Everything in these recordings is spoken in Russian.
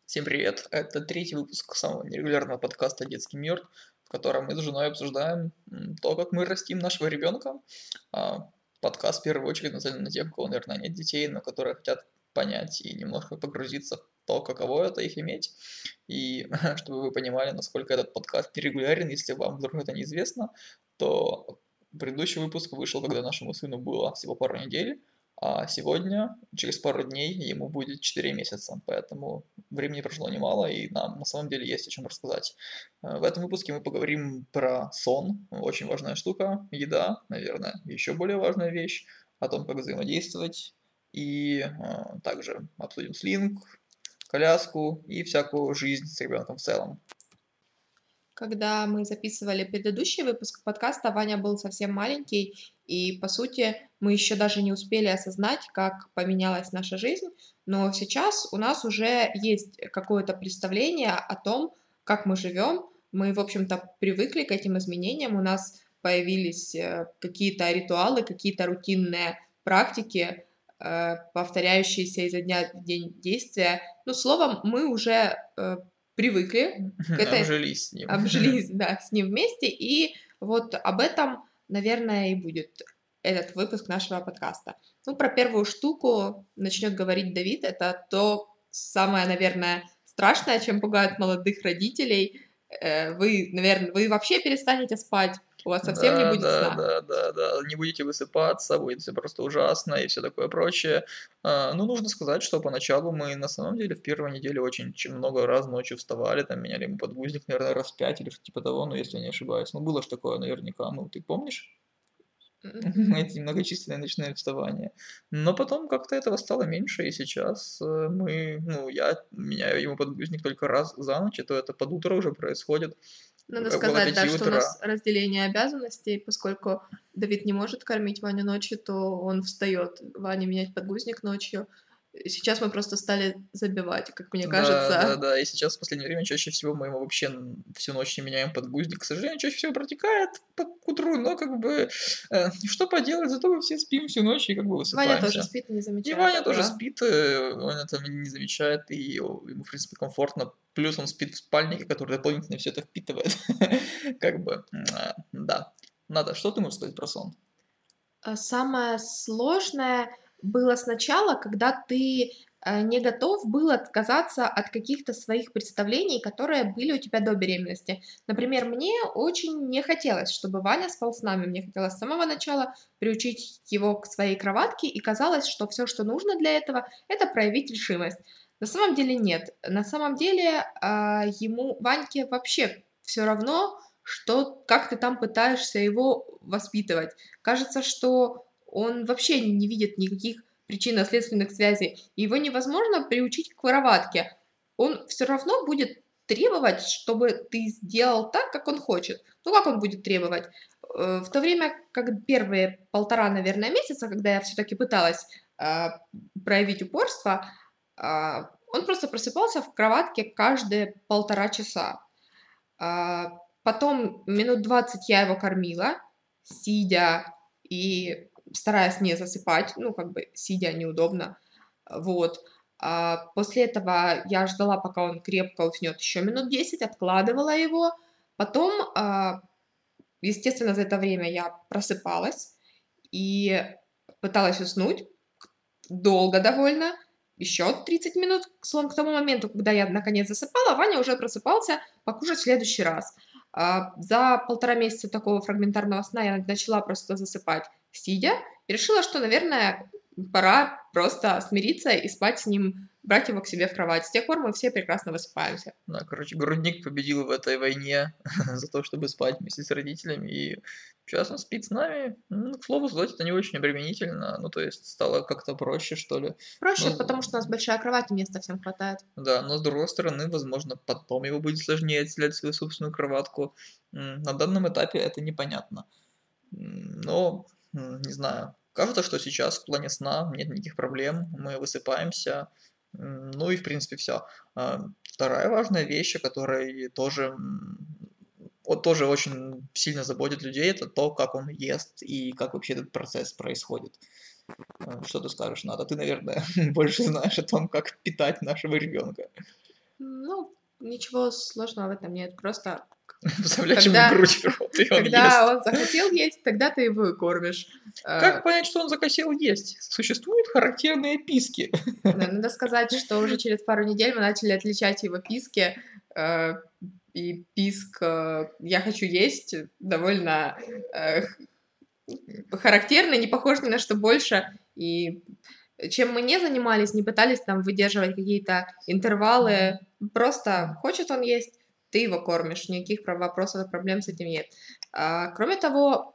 Всем привет! Это третий выпуск самого нерегулярного подкаста «Детский мир», в котором мы с женой обсуждаем то, как мы растим нашего ребенка. А, Подкаст в первую очередь нацелен на тех, у кого, наверное, нет детей, но которые хотят понять и немножко погрузиться в то, каково это их иметь. И чтобы вы понимали, насколько этот подкаст нерегулярен, если вам вдруг это неизвестно, то предыдущий выпуск вышел, когда нашему сыну было всего пару недель, а сегодня, через пару дней, ему будет 4 месяца, поэтому времени прошло немало, и нам на самом деле есть о чем рассказать. В этом выпуске мы поговорим про сон, очень важная штука, еда, наверное, еще более важная вещь, о том, как взаимодействовать, и также обсудим слинг, коляску и всякую жизнь с ребенком в целом. Когда мы записывали предыдущий выпуск подкаста, Ваня был совсем маленький, и, по сути, мы еще даже не успели осознать, как поменялась наша жизнь, но сейчас у нас уже есть какое-то представление о том, как мы живем. Мы, в общем-то, привыкли к этим изменениям, у нас появились какие-то ритуалы, какие-то рутинные практики, повторяющиеся изо дня в день действия. Ну, словом, мы уже привыкли к этой... Обжились с ним. Обжились, да, с ним вместе, и вот об этом, наверное, и будет этот выпуск нашего подкаста. Ну, про первую штуку начнет говорить Давид, это то самое, наверное, страшное, чем пугают молодых родителей. Вы, наверное, вы вообще перестанете спать, у вас совсем не будет сна. Да, не будете высыпаться, будет все просто ужасно и все такое прочее. Ну, нужно сказать, что поначалу мы на самом деле в первой неделе очень много раз ночью вставали, там меняли ему подгузник, наверное, раз 5 или что-то типа того, ну, если я не ошибаюсь. Ну, было ж такое наверняка, ну, ты помнишь? Эти многочисленные ночные вставания. Но потом как-то этого стало меньше, и сейчас я меняю ему подгузник только раз за ночь, и то это под утро уже происходит, Надо около сказать, да, 5 что у нас утра. разделение обязанностей, поскольку Давид не может кормить Ваню ночью, то он встает Ване менять подгузник ночью. Сейчас мы просто стали забивать, как мне кажется. Да, и сейчас в последнее время чаще всего мы ему вообще всю ночь не меняем подгузник. К сожалению, чаще всего протекает к утру, но как бы что поделать, зато мы все спим всю ночь и как бы Ваня тоже высыпаемся. спит и не И замечает Ваня тоже этого. спит, он это не замечает, и ему, в принципе, комфортно. Плюс он спит в спальнике, который дополнительно все это впитывает. Как бы, да. Надо, что ты можешь сказать про сон? Самое сложное было сначала, когда ты не готов был отказаться от каких-то своих представлений, которые были у тебя до беременности. Например, мне очень не хотелось, чтобы Ваня спал с нами. Мне хотелось с самого начала приучить его к своей кроватке, и казалось, что все, что нужно для этого, это проявить решимость. На самом деле нет. На самом деле ему, Ваньке, вообще все равно, что, как ты там пытаешься его воспитывать. Кажется, что он вообще не видит никаких причинно-следственных связей, и его невозможно приучить к кроватке. Он все равно будет требовать, чтобы ты сделал так, как он хочет. Ну, как он будет требовать? В то время, как первые 1,5, наверное, месяца, когда я все-таки пыталась проявить упорство, он просто просыпался в кроватке каждые 1,5 часа. Потом минут 20 я его кормила, сидя и стараясь не засыпать, ну, как бы сидя неудобно, вот. После этого я ждала, пока он крепко уснет, еще минут 10, откладывала его. Потом, естественно, за это время я просыпалась и пыталась уснуть долго довольно, еще 30 минут. Словом, к тому моменту, когда я наконец засыпала, Ваня уже просыпался покушать в следующий раз. За 1,5 месяца такого фрагментарного сна я начала просто засыпать сидя и решила, что, наверное, пора просто смириться и спать с ним, брать его к себе в кровать. С тех пор мы все прекрасно высыпаемся. Да, короче, грудник победил в этой войне за то, чтобы спать вместе с родителями, и сейчас он спит с нами. К слову сказать, это не очень обременительно, ну, то есть стало как-то проще, что ли. Проще, Но, потому что у нас большая кровать, и места всем хватает. да, но с другой стороны, возможно, потом его будет сложнее отселять в свою собственную кроватку. На данном этапе это непонятно. Но, не знаю, кажется, что сейчас в плане сна нет никаких проблем, мы высыпаемся, ну и в принципе все. Вторая важная вещь, о которой тоже, вот тоже очень сильно заботит людей, это то, как он ест и как вообще этот процесс происходит. Что ты скажешь, Ната? Ты, наверное, больше знаешь о том, как питать нашего ребенка. Ну, ничего сложного в этом нет, просто Вставлять ему грудь в рот, и он ест. когда он захотел есть, тогда ты его и кормишь. Как понять, что он захотел есть? Существуют характерные писки. Да, надо сказать, что уже через пару недель мы начали отличать его писки, и писк «я хочу есть» довольно характерный, не похож ни на что больше, и чем мы не занимались, не пытались там выдерживать какие-то интервалы, просто хочет он есть, ты его кормишь, никаких вопросов и проблем с этим нет. Кроме того,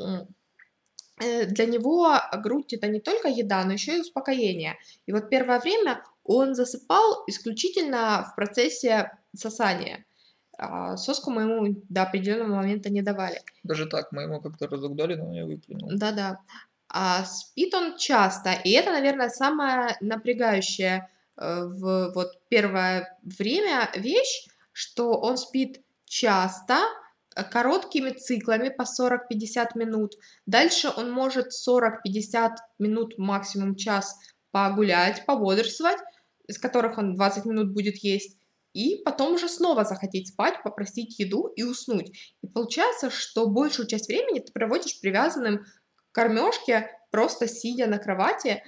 для него грудь — это не только еда, но еще и успокоение. И вот первое время он засыпал исключительно в процессе сосания. Соску мы ему до определенного момента не давали. Даже так, мы ему как-то разок дали, но он её выплюнул. Да-да. Спит он часто, и это, наверное, самое напрягающее в вот первое время вещь, что он спит часто, короткими циклами по 40-50 минут. Дальше он может 40-50 минут, максимум час, погулять, пободрствовать, из которых он 20 минут будет есть, и потом уже снова захотеть спать, попросить еду и уснуть. И получается, что большую часть времени ты проводишь привязанным к кормежке, просто сидя на кровати.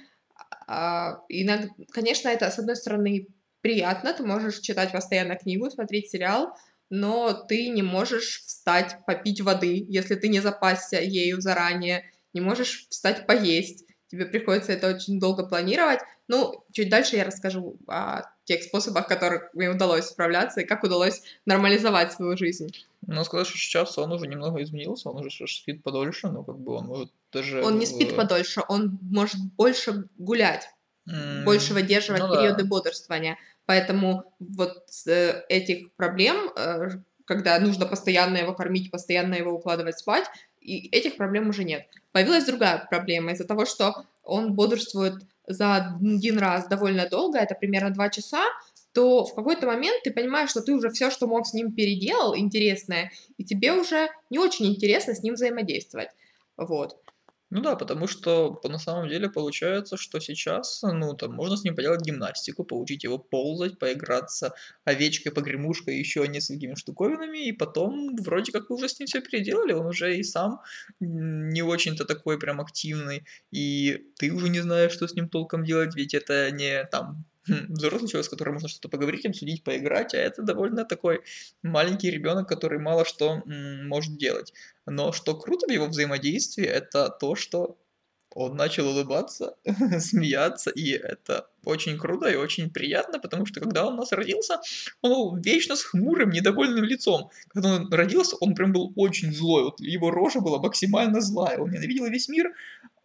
Конечно, это, с одной стороны, приятно, ты можешь читать постоянно книгу, смотреть сериал, но ты не можешь встать попить воды, если ты не запасся ею заранее, не можешь встать поесть, тебе приходится это очень долго планировать. Ну, чуть дальше я расскажу о тех способах, которых мне удалось справляться, и как удалось нормализовать свою жизнь. Ну, сказать, что сейчас он уже немного изменился, он уже спит подольше, но как бы он может даже... Он не спит подольше, он может больше гулять, больше выдерживать периоды бодрствования. Поэтому вот с этих проблем, когда нужно постоянно его кормить, постоянно его укладывать спать, и этих проблем уже нет. Появилась другая проблема из-за того, что он бодрствует за один раз довольно долго, это примерно 2 часа, то в какой-то момент ты понимаешь, что ты уже все, что мог с ним, переделал интересное, и тебе уже не очень интересно с ним взаимодействовать. Вот. Ну да, потому что на самом деле получается, что сейчас, ну, там, можно с ним поделать гимнастику, поучить его ползать, поиграться овечкой, погремушкой, еще несколькими штуковинами, и потом вроде как вы уже с ним все переделали, он уже и сам не очень-то такой прям активный, и ты уже не знаешь, что с ним толком делать, ведь это не там взрослый человек, с которым можно что-то поговорить, обсудить, поиграть, а это довольно такой маленький ребенок, который мало что может делать. Но что круто в его взаимодействии, это то, что он начал улыбаться, смеяться, и это очень круто и очень приятно, потому что когда он у нас родился, он был вечно с хмурым, недовольным лицом. Когда он родился, он прям был очень злой, вот его рожа была максимально злая, он ненавидел весь мир,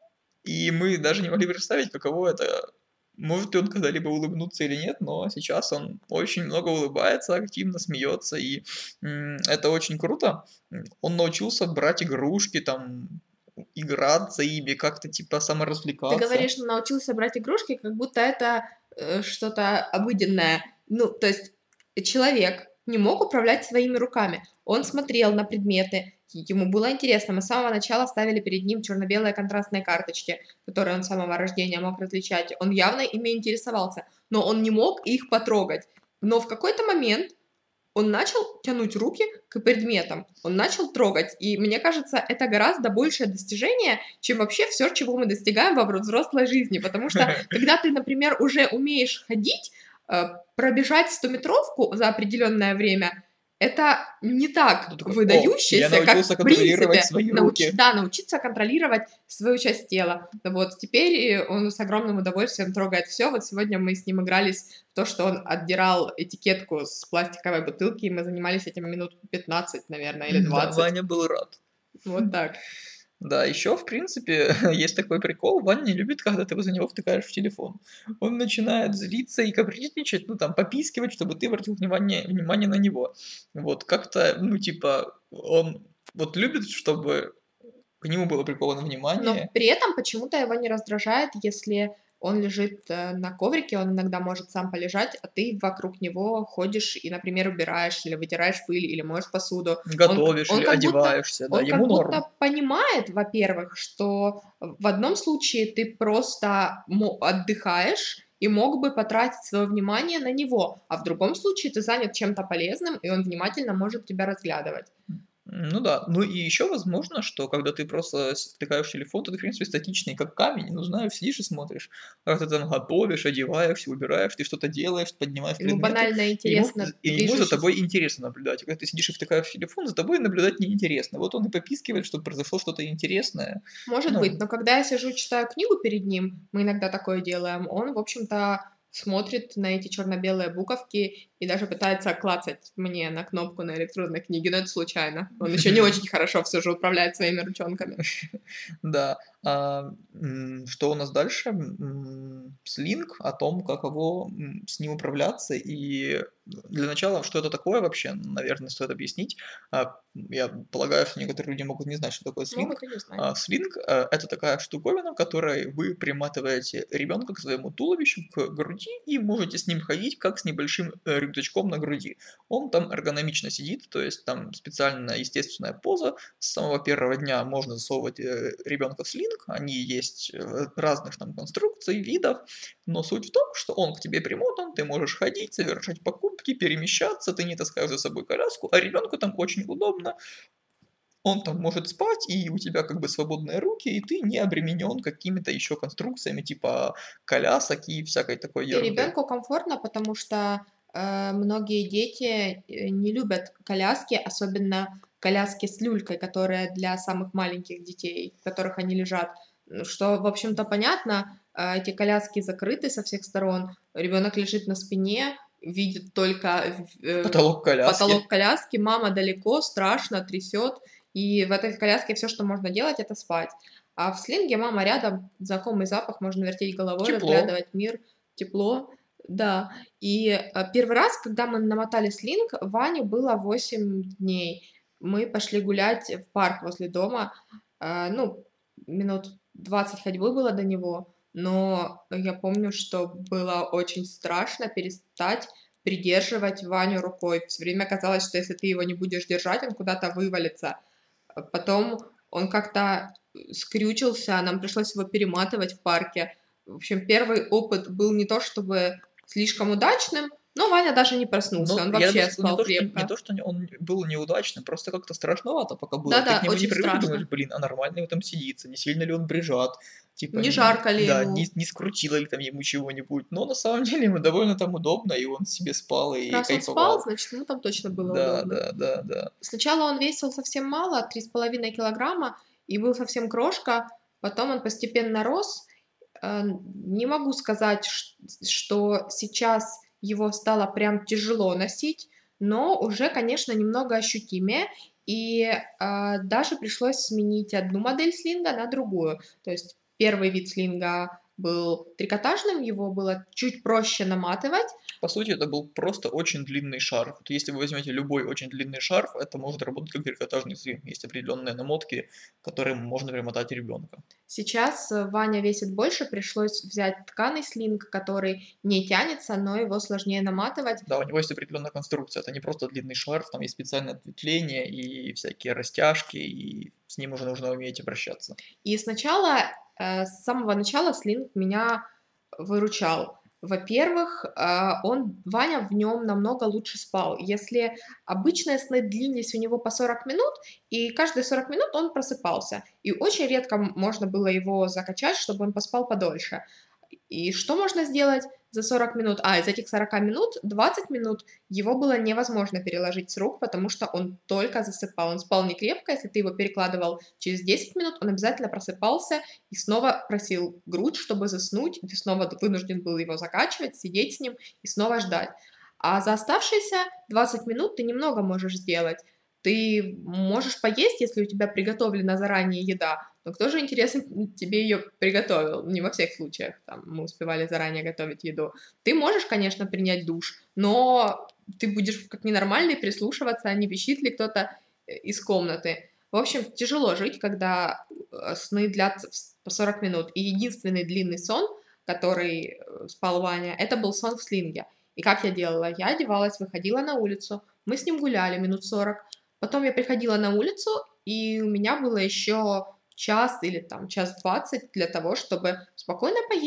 и мы даже не могли представить, каково это. Может ли он когда-либо улыбнуться или нет, но сейчас он очень много улыбается, активно смеется, и это очень круто. Он научился брать игрушки, там, играться ими, как-то типа саморазвлекаться. Ты говоришь, что научился брать игрушки, как будто это что-то обыденное. Ну, то есть человек не мог управлять своими руками. Он смотрел на предметы, ему было интересно. Мы с самого начала ставили перед ним черно-белые контрастные карточки, которые он с самого рождения мог различать. Он явно ими интересовался, но он не мог их потрогать. Но в какой-то момент он начал тянуть руки к предметам, он начал трогать, и мне кажется, это гораздо большее достижение, чем вообще все, чего мы достигаем во взрослой жизни, потому что, когда ты, например, уже умеешь ходить, пробежать 100-метровку за определенное время, это не так выдающееся, как в принципе научиться контролировать свою часть тела. Вот теперь он с огромным удовольствием трогает все. Вот сегодня мы с ним игрались в то, что он отдирал этикетку с пластиковой бутылки, и мы занимались этим минут 15, наверное, или 20. Да, Ваня был рад. Вот так. Да, еще, в принципе, есть такой прикол, Ваня не любит, когда ты возле него втыкаешь в телефон. Он начинает злиться и капризничать, ну, там, попискивать, чтобы ты обратил внимание на него. Вот, как-то, ну, типа, он вот любит, чтобы к нему было приковано внимание. Но при этом почему-то его не раздражает, если он лежит на коврике, он иногда может сам полежать, а ты вокруг него ходишь и, например, убираешь или вытираешь пыль, или моешь посуду. Готовишь или одеваешься, да, ему норм. Он как будто понимает, во-первых, что в одном случае ты просто отдыхаешь, и мог бы потратить свое внимание на него, а в другом случае ты занят чем-то полезным, и он внимательно может тебя разглядывать. Ну да. Ну и еще возможно, что когда ты просто втыкаешь телефон, то ты, в принципе, статичный, как камень, ну знаешь, сидишь и смотришь. Как ты там готовишь, одеваешься, убираешь, ты что-то делаешь, поднимаешь Ему предметы, банально и ему, интересно, и ему за движешься. тобой интересно наблюдать. И когда ты сидишь и втыкаешь в телефон, за тобой наблюдать неинтересно. Вот он и попискивает, что произошло что-то интересное. Может быть, Ну, но когда я сижу, читаю книгу перед ним, мы иногда такое делаем, он, в общем-то, смотрит на эти черно-белые буковки и даже пытается клацать мне на кнопку на электронной книге, но это случайно. Он еще не очень хорошо все же управляет своими ручонками. да. Что у нас дальше? Слинг, о том, каково с ним управляться. И для начала, что это такое вообще, наверное, стоит объяснить. Я полагаю, что некоторые люди могут не знать, что такое слинг. Могут и не знать. Слинг это такая штуковина, которой вы приматываете ребенка к своему туловищу, к груди, и можете с ним ходить, как с небольшим рюкзачком на груди. Он там эргономично сидит, то есть там специально естественная поза. С самого первого дня можно засовывать ребенка в слинг, они есть разных там конструкций, видов, но суть в том, что он к тебе примотан, ты можешь ходить, совершать покупки, перемещаться, ты не таскаешь за собой коляску, а ребенку там очень удобно. Он там может спать, и у тебя как бы свободные руки, и ты не обременен какими-то еще конструкциями типа колясок и всякой такой И ерунды. ребенку комфортно, потому что многие дети не любят коляски, особенно коляски с люлькой, которая для самых маленьких детей, в которых они лежат. Что, в общем-то, понятно, эти коляски закрыты со всех сторон, ребенок лежит на спине, видит только Потолок коляски. потолок коляски, мама далеко, страшно, трясет, и в этой коляске все, что можно делать, это спать. А в слинге мама рядом, знакомый запах, можно вертеть головой, Тепло. разглядывать мир, тепло, да. И первый раз, когда мы намотали слинг, Ване было 8 дней. Мы пошли гулять в парк возле дома, ну, минут 20 ходьбы было до него, но я помню, что было очень страшно перестать придерживать Ваню рукой. Все время казалось, что если ты его не будешь держать, он куда-то вывалится. Потом он как-то скрючился, нам пришлось его перематывать в парке. В общем, первый опыт был не то чтобы слишком удачным, но Ваня даже не проснулся, Ну, он я бы вообще сказал, спал не крепко. то, что он был неудачным, просто как-то страшновато пока было. Ты к Да-да, нему не очень привык и думаешь, страшно. блин, а нормально ли там сидится, не сильно ли он брежат, типа, Не жарко ли да, ему? не скрутило ли там ему чего-нибудь. Но на самом деле ему довольно там удобно, и он себе спал и Раз он спал, кайфовал. значит, ему там точно было Да, удобно. да, да, да. Сначала он весил совсем мало, 3,5 килограмма, и был совсем крошка. Потом он постепенно рос. Не могу сказать, что сейчас его стало прям тяжело носить, но уже, конечно, немного ощутимее. И даже пришлось сменить одну модель слинга на другую. То есть первый вид слинга был трикотажным, его было чуть проще наматывать. По сути, это был просто очень длинный шарф. Вот если вы возьмете любой очень длинный шарф, это может работать как трикотажный слинг. Есть определенные намотки, которым можно примотать ребенка. Сейчас Ваня весит больше, пришлось взять тканый слинг, который не тянется, но его сложнее наматывать. Да, у него есть определенная конструкция. Это не просто длинный шарф, там есть специальное ответвление и всякие растяжки, и с ним уже нужно уметь обращаться. И сначала, с самого начала слинг меня выручал. Во-первых, Ваня в нем намного лучше спал. Если обычные сны длились у него по 40 минут, и каждые 40 минут он просыпался. И очень редко можно было его закачать, чтобы он поспал подольше. И что можно сделать за 40 минут? Из этих 40 минут 20 минут его было невозможно переложить с рук, потому что он только засыпал. Он спал не крепко, если ты его перекладывал через 10 минут, он обязательно просыпался и снова просил грудь, чтобы заснуть, и ты снова вынужден был его закачивать, сидеть с ним и снова ждать. А за оставшиеся 20 минут ты немного можешь сделать. Ты можешь поесть, если у тебя приготовлена заранее еда, но кто же, интересно, тебе ее приготовил? Не во всех случаях там, мы успевали заранее готовить еду. Ты можешь, конечно, принять душ, но ты будешь как ненормальный прислушиваться, не пищит ли кто-то из комнаты. В общем, тяжело жить, когда сны длятся по 40 минут. И единственный длинный сон, который спал Ваня, это был сон в слинге. И как я делала? Я одевалась, выходила на улицу, мы с ним гуляли минут 40. Потом я приходила на улицу, и у меня было еще час или там час 20 для того, чтобы спокойно поесть,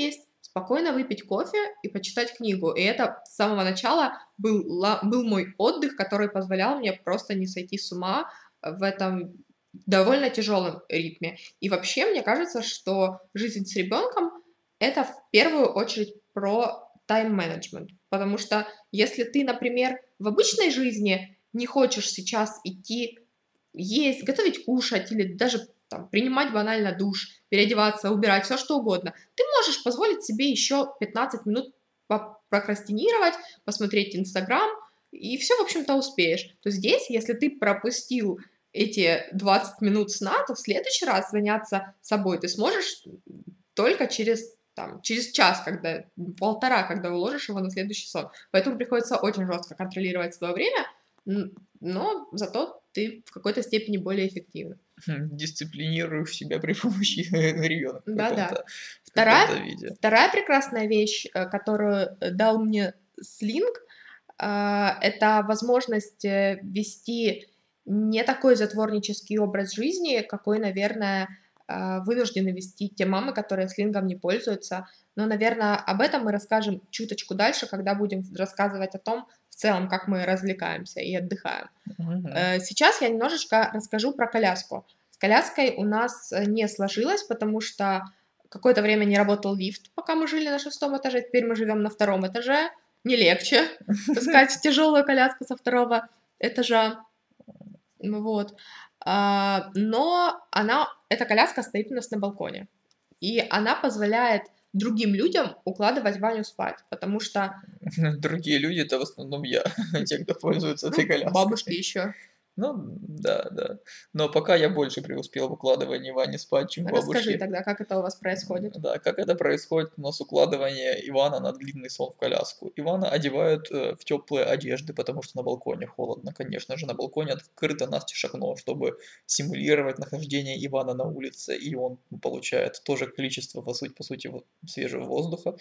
спокойно выпить кофе и почитать книгу. И это с самого начала был мой отдых, который позволял мне просто не сойти с ума в этом довольно тяжелом ритме. И вообще, мне кажется, что жизнь с ребенком это в первую очередь про тайм-менеджмент. Потому что если ты, например, в обычной жизни не хочешь сейчас идти есть, готовить, кушать или даже там, принимать банально душ, переодеваться, убирать, все что угодно, ты можешь позволить себе еще 15 минут прокрастинировать, посмотреть Инстаграм, и все, в общем-то, успеешь. То здесь, если ты пропустил эти 20 минут сна, то в следующий раз заняться собой ты сможешь только через час, полтора, когда уложишь его на следующий сон. Поэтому приходится очень жестко контролировать свое время, но зато ты в какой-то степени более эффективна. Дисциплинируешь себя при помощи ребенка в каком-то виде. Вторая прекрасная вещь, которую дал мне слинг, это возможность вести не такой затворнический образ жизни, какой, наверное, вынуждены вести те мамы, которые слингом не пользуются. Но, наверное, об этом мы расскажем чуточку дальше, когда будем рассказывать о том, в целом, как мы развлекаемся и отдыхаем. Сейчас я немножечко расскажу про коляску. С коляской у нас не сложилось, потому что какое-то время не работал лифт, пока мы жили на 6-м этаже, теперь мы живем на 2-м этаже. Не легче таскать тяжелую коляску со 2-го этажа. Вот. Но эта коляска стоит у нас на балконе. И она позволяет другим людям укладывать Ваню спать, потому что... Другие люди — это в основном я, те, кто пользуется этой коляской. Бабушки еще. Ну, да. Но пока я больше преуспел в укладывании Вани спать, чем бабушки. Расскажи тогда, как это у вас происходит. Да, как это происходит у нас укладывание Ивана на длинный сон в коляску. Ивана одевают в теплые одежды, потому что на балконе холодно. Конечно же, на балконе открыто настежь окно, чтобы симулировать нахождение Ивана на улице, и он получает то же количество, по сути, свежего воздуха.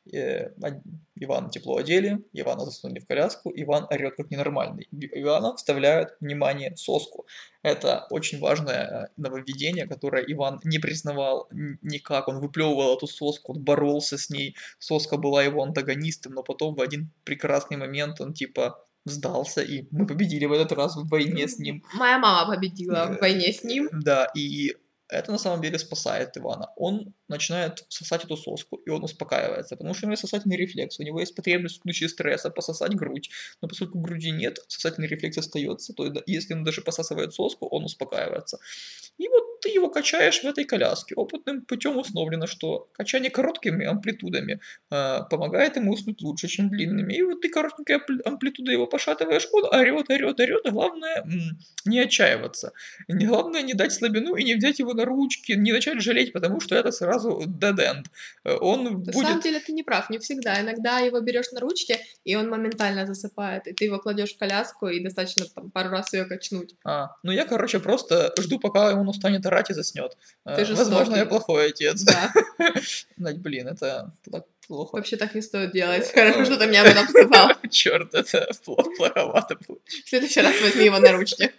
Ивана тепло одели, Ивана засунули в коляску, Иван орет как ненормальный. Ивана вставляют, внимание, соску. Это очень важное нововведение, которое Иван не признавал никак. Он выплевывал эту соску, он боролся с ней. Соска была его антагонистом, но потом в один прекрасный момент он типа сдался, и мы победили в этот раз в войне с ним. Моя мама победила в войне с ним. Да, и это на самом деле спасает Ивана. Он начинает сосать эту соску, и он успокаивается, потому что у него есть сосательный рефлекс, у него есть потребность в случае стресса пососать грудь, но поскольку груди нет, сосательный рефлекс остается, то если он даже посасывает соску, он успокаивается. И вот ты его качаешь в этой коляске. Опытным путем установлено, что качание короткими амплитудами помогает ему уснуть лучше, чем длинными. И вот ты коротенькой амплитудой его пошатываешь, он орет, а главное не отчаиваться. Главное не дать слабину и не взять его на ручки, не начать жалеть, потому что это сразу dead end. На самом деле ты не прав, не всегда. Иногда его берешь на ручки, и он моментально засыпает, и ты его кладешь в коляску, и достаточно пару раз ее качнуть. Ну я, просто жду, пока он устанет орать и заснет. Возможно, я плохой отец. Да. Блин, это плохо. Вообще так не стоит делать. Хорошо, что ты мне об этом сказал. Черт, это плоховато получилось. В следующий раз возьми его на ручки.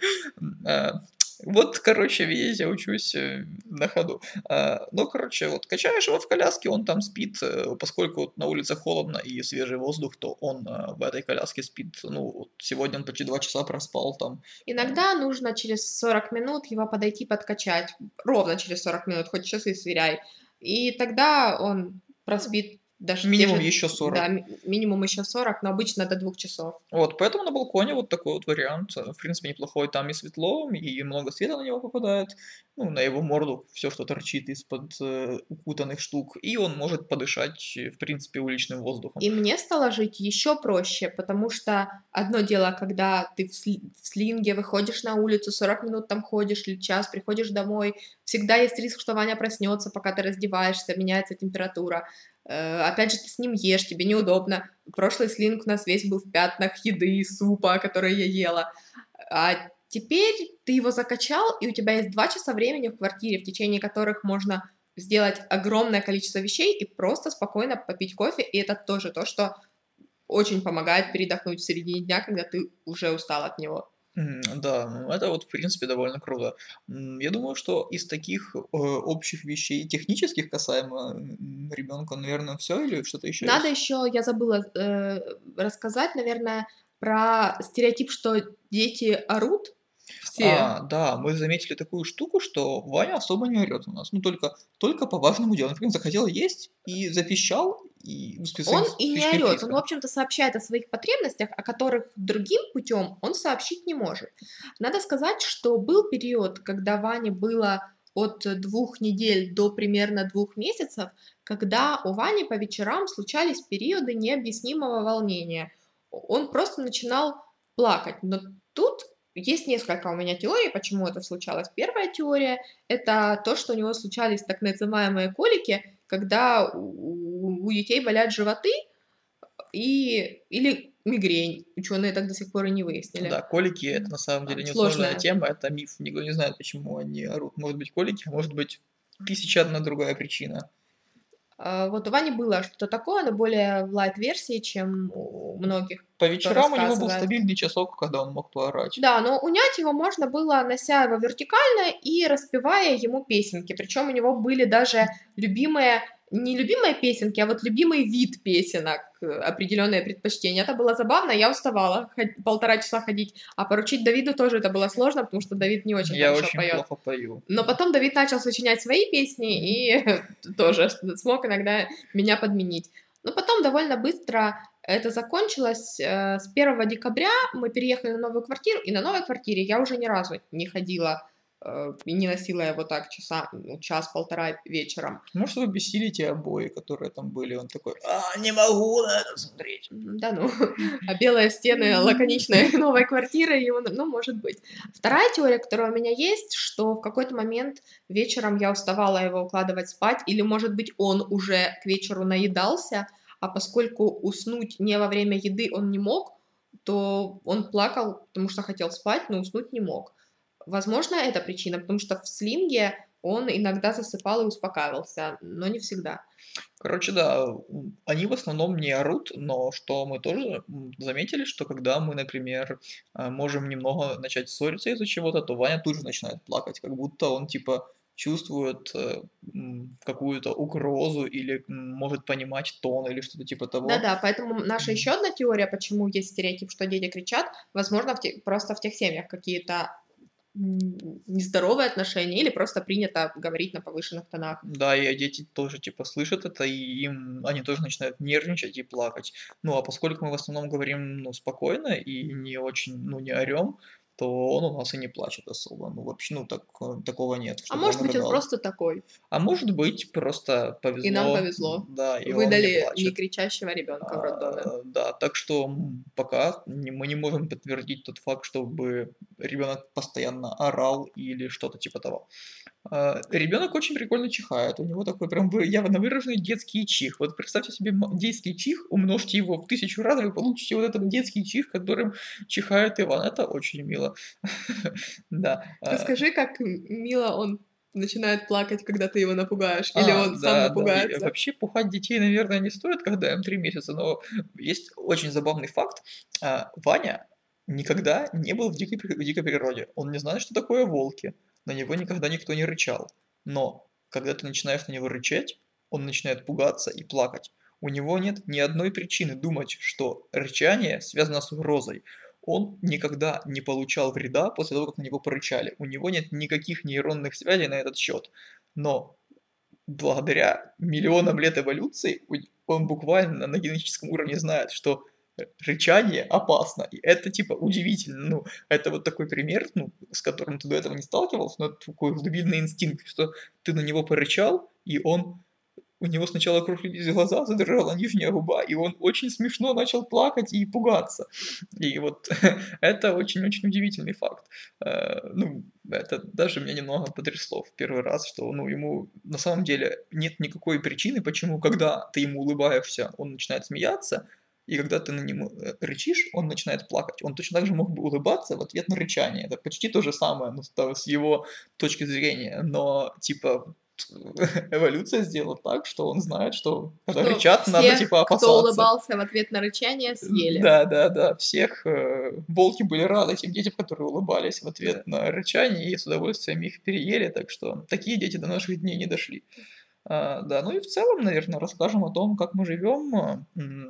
Вот, видите, я учусь на ходу. Вот качаешь его в коляске, он там спит, поскольку на улице холодно и свежий воздух, то он в этой коляске спит. Сегодня он почти 2 часа проспал там. Иногда нужно через 40 минут его подойти подкачать. Ровно через 40 минут, хоть часы сверяй. И тогда он проспит даже минимум еще 40. Да, минимум еще 40, но обычно до 2 часов. Вот, поэтому на балконе вот такой вот вариант. В принципе, неплохой. Там и светло, и много света на него попадает. На его морду все, что торчит из-под укутанных штук. И он может подышать, в принципе, уличным воздухом. И мне стало жить еще проще, потому что одно дело, когда ты в слинге выходишь на улицу, 40 минут там ходишь или час, приходишь домой, всегда есть риск, что Ваня проснется, пока ты раздеваешься, меняется температура. Опять же, ты с ним ешь, тебе неудобно. Прошлый слинг у нас весь был в пятнах еды, супа, который я ела. А теперь ты его закачал, и у тебя есть 2 часа времени в квартире, в течение которых можно сделать огромное количество вещей и просто спокойно попить кофе. И это тоже то, что очень помогает передохнуть в середине дня, когда ты уже устал от него. Да, ну это вот, в принципе, довольно круто. Я думаю, что из таких общих вещей технических касаемо ребенка, наверное, все или что-то еще Надо есть? еще, я забыла рассказать, наверное, про стереотип, что дети орут все. Да, мы заметили такую штуку, что Ваня особо не орет у нас. Ну, только по важному делу. Например, захотел есть и запищал, и с Он своим и не смешным орет, он, в писком. общем-то, сообщает о своих потребностях, о которых другим путем он сообщить не может. Надо сказать, что был период, когда Ване было от 2 недель до примерно 2 месяцев, когда у Вани по вечерам случались периоды необъяснимого волнения. Он просто начинал плакать. Но тут есть несколько у меня теорий, почему это случалось. Первая теория – это то, что у него случались так называемые колики, когда у детей болят животы или мигрень. Ученые так до сих пор и не выяснили. Да, колики — это на самом деле несложная Сложная. тема, это миф. Никто не знает, почему они орут. Может быть колики, а может быть 1001 другая причина. Вот у Вани было что-то такое, но более в лайт-версии, чем у многих, По кто вечерам у него был рассказывает. стабильный часок, когда он мог поорать. Да, но унять его можно было, нося его вертикально и распевая ему песенки. Причем у него были даже любимые, не любимые песенки, а вот любимый вид песенок, определенные предпочтения. Это было забавно, я уставала 1,5 часа ходить, а поручить Давиду тоже это было сложно, потому что Давид не очень Я хорошо очень поет. плохо пою. Но потом Давид начал сочинять свои песни и тоже смог иногда меня подменить. Но потом довольно быстро это закончилось. С 1 декабря мы переехали на новую квартиру, и на новой квартире я уже ни разу не ходила и не носила его так час-полтора вечером. Может, вы бесили те обои, которые там были? Он такой, не могу на это смотреть. Да ну, а белые стены лаконичной новой квартиры, ну, может быть. Вторая теория, которая у меня есть, что в какой-то момент вечером я уставала его укладывать спать, или, может быть, он уже к вечеру наедался, а поскольку уснуть не во время еды он не мог, то он плакал, потому что хотел спать, но уснуть не мог. Возможно, это причина, потому что в слинге он иногда засыпал и успокаивался, но не всегда. Короче, да, они в основном не орут, но что мы тоже заметили, что когда мы, например, можем немного начать ссориться из-за чего-то, то Ваня тут же начинает плакать, как будто он типа чувствует какую-то угрозу или может понимать тон или что-то типа того. Да-да, поэтому наша еще одна теория, почему есть стереотип, что дети кричат, возможно, просто в тех семьях какие-то нездоровые отношения или просто принято говорить на повышенных тонах. Да, и дети тоже типа слышат это, и они тоже начинают нервничать и плакать. Ну, а поскольку мы в основном говорим, ну, спокойно и не очень, ну, не орем, то он у нас и не плачет особо. Ну, вообще, ну, такого нет, А чтобы может он быть, он рыдал. просто такой, А может быть, просто и нам повезло, повезло. да, и он не Выдали плачет. некричащего ребенка в роддоме. Да, так что пока мы не можем подтвердить тот факт, чтобы ребенок постоянно орал или что-то типа того. Ребенок очень прикольно чихает. У него такой прям явно выраженный детский чих. Вот представьте себе детский чих, умножьте его в 1000 раз, вы получите вот этот детский чих, которым чихает Иван. Это очень мило. Да. Расскажи, как мило он начинает плакать, когда ты его напугаешь, или он сам Да. И напугается. вообще пугать детей, наверное, не стоит, когда им 3 месяца, но есть очень забавный факт. Ваня никогда не был в дикой природе. Он не знает, что такое волки. На него никогда никто не рычал. Но когда ты начинаешь на него рычать, он начинает пугаться и плакать. У него нет ни одной причины думать, что рычание связано с угрозой. Он никогда не получал вреда после того, как на него порычали. У него нет никаких нейронных связей на этот счет. Но благодаря миллионам лет эволюции он буквально на генетическом уровне знает, что рычание опасно. И это типа удивительно. Ну, это вот такой пример, ну, с которым ты до этого не сталкивался, но это такой глубинный инстинкт, что ты на него порычал, и у него сначала округлились глаза, задрожала нижняя губа, и он очень смешно начал плакать и пугаться. И вот это очень-очень удивительный факт. Ну, это даже меня немного потрясло в первый раз, что, ну, ему на самом деле нет никакой причины, почему, когда ты ему улыбаешься, он начинает смеяться, и когда ты на него рычишь, он начинает плакать. Он точно так же мог бы улыбаться в ответ на рычание. Это почти то же самое, ну, с его точки зрения. Но, типа, эволюция сделала так, что он знает, что когда Что рычат, надо всех, типа кто опасаться. улыбался в ответ на рычание, съели. Да, всех волки были рады тем детям, которые улыбались в ответ на рычание и с удовольствием их переели, так что такие дети до наших дней не дошли. Да, ну и в целом, наверное, расскажем о том, как мы живем.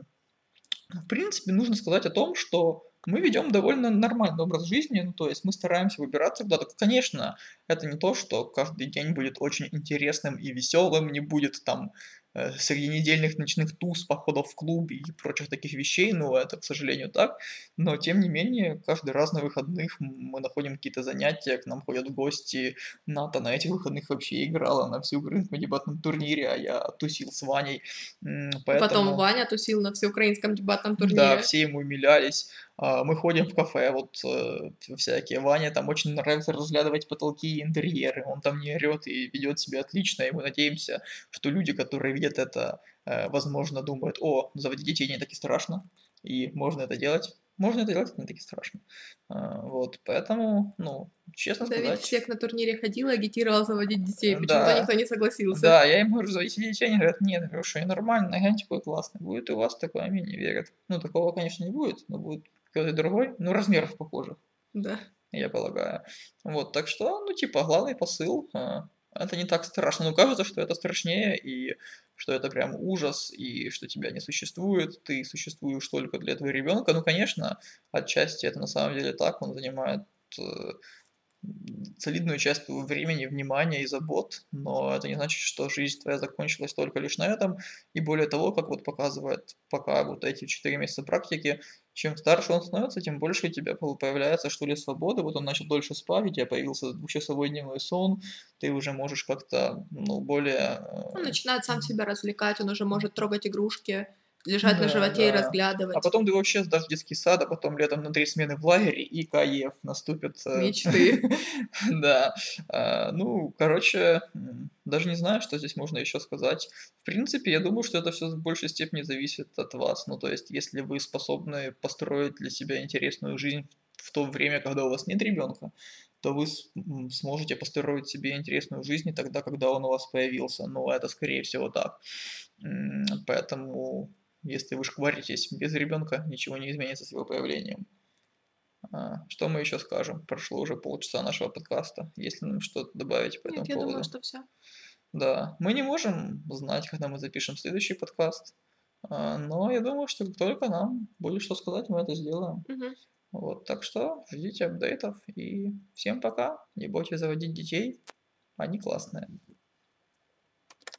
В принципе, нужно сказать о том, что мы ведем довольно нормальный образ жизни, ну, то есть мы стараемся выбираться куда-то. Конечно, это не то, что каждый день будет очень интересным и веселым, не будет там средненедельных ночных туз, походов в клуб и прочих таких вещей, но это, к сожалению, так. Но, тем не менее, каждый раз на выходных мы находим какие-то занятия, к нам ходят в гости. Ната на этих выходных вообще играла на всеукраинском дебатном турнире, а я тусил с Ваней. Потом Поэтому... Ваня тусил на всеукраинском дебатном Да, турнире. все ему умилялись. Мы ходим в кафе, вот всякие. Ваня там очень нравится разглядывать потолки и интерьеры. Он там не орет и ведет себя отлично. И мы надеемся, что люди, которые видят это, возможно, думают: о, заводить детей не так и страшно. И можно это делать. Можно это делать, это не так и страшно. Вот, поэтому, ну, честно Давид сказать... всех на турнире ходил и агитировал заводить детей. Почему-то Да, никто не согласился. да, я им говорю: заводите детей. Они говорят: нет, я говорю, что и нормально, гляньте, какой классный. Будет и у вас такое, они не верят. Ну, такого, конечно, не будет, но будет какой-то другой, ну, размеров похожих, Да. я полагаю. Вот, так что, ну, типа, главный посыл, это не так страшно. Но кажется, что это страшнее, и что это прям ужас, и что тебя не существует, ты существуешь только для твоего ребенка. Ну, конечно, отчасти это на самом деле так, он занимает э, солидную часть твоего времени, внимания и забот, но это не значит, что жизнь твоя закончилась только лишь на этом. И более того, как вот показывает пока вот эти 4 месяца практики, чем старше он становится, тем больше у тебя появляется, что ли, свободы. Вот он начал дольше спать, у тебя появился двухчасовой дневной сон, ты уже можешь как-то, ну, более... Он начинает сам себя развлекать, он уже может трогать игрушки, лежать на животе и А разглядывать. потом ты вообще сдашь в детский сад, а потом летом на 3 смены в лагере, и кайф наступит. Мечты. Да. Ну, короче, даже не знаю, что здесь можно еще сказать. В принципе, я думаю, что это все в большей степени зависит от вас. Ну, то есть, если вы способны построить для себя интересную жизнь в то время, когда у вас нет ребенка, то вы сможете построить себе интересную жизнь и тогда, когда он у вас появился. Но это, скорее всего, так. Поэтому, если вы шкваритесь без ребенка, ничего не изменится с его появлением. Что мы еще скажем? Прошло уже полчаса нашего подкаста. Есть ли нам что-то добавить по этому Нет, я поводу? думаю, что все. Да, мы не можем знать, когда мы запишем следующий подкаст, но я думаю, что как только нам будет что сказать, мы это сделаем. Угу. Вот, так что ждите апдейтов и всем пока. Не бойтесь заводить детей, они классные.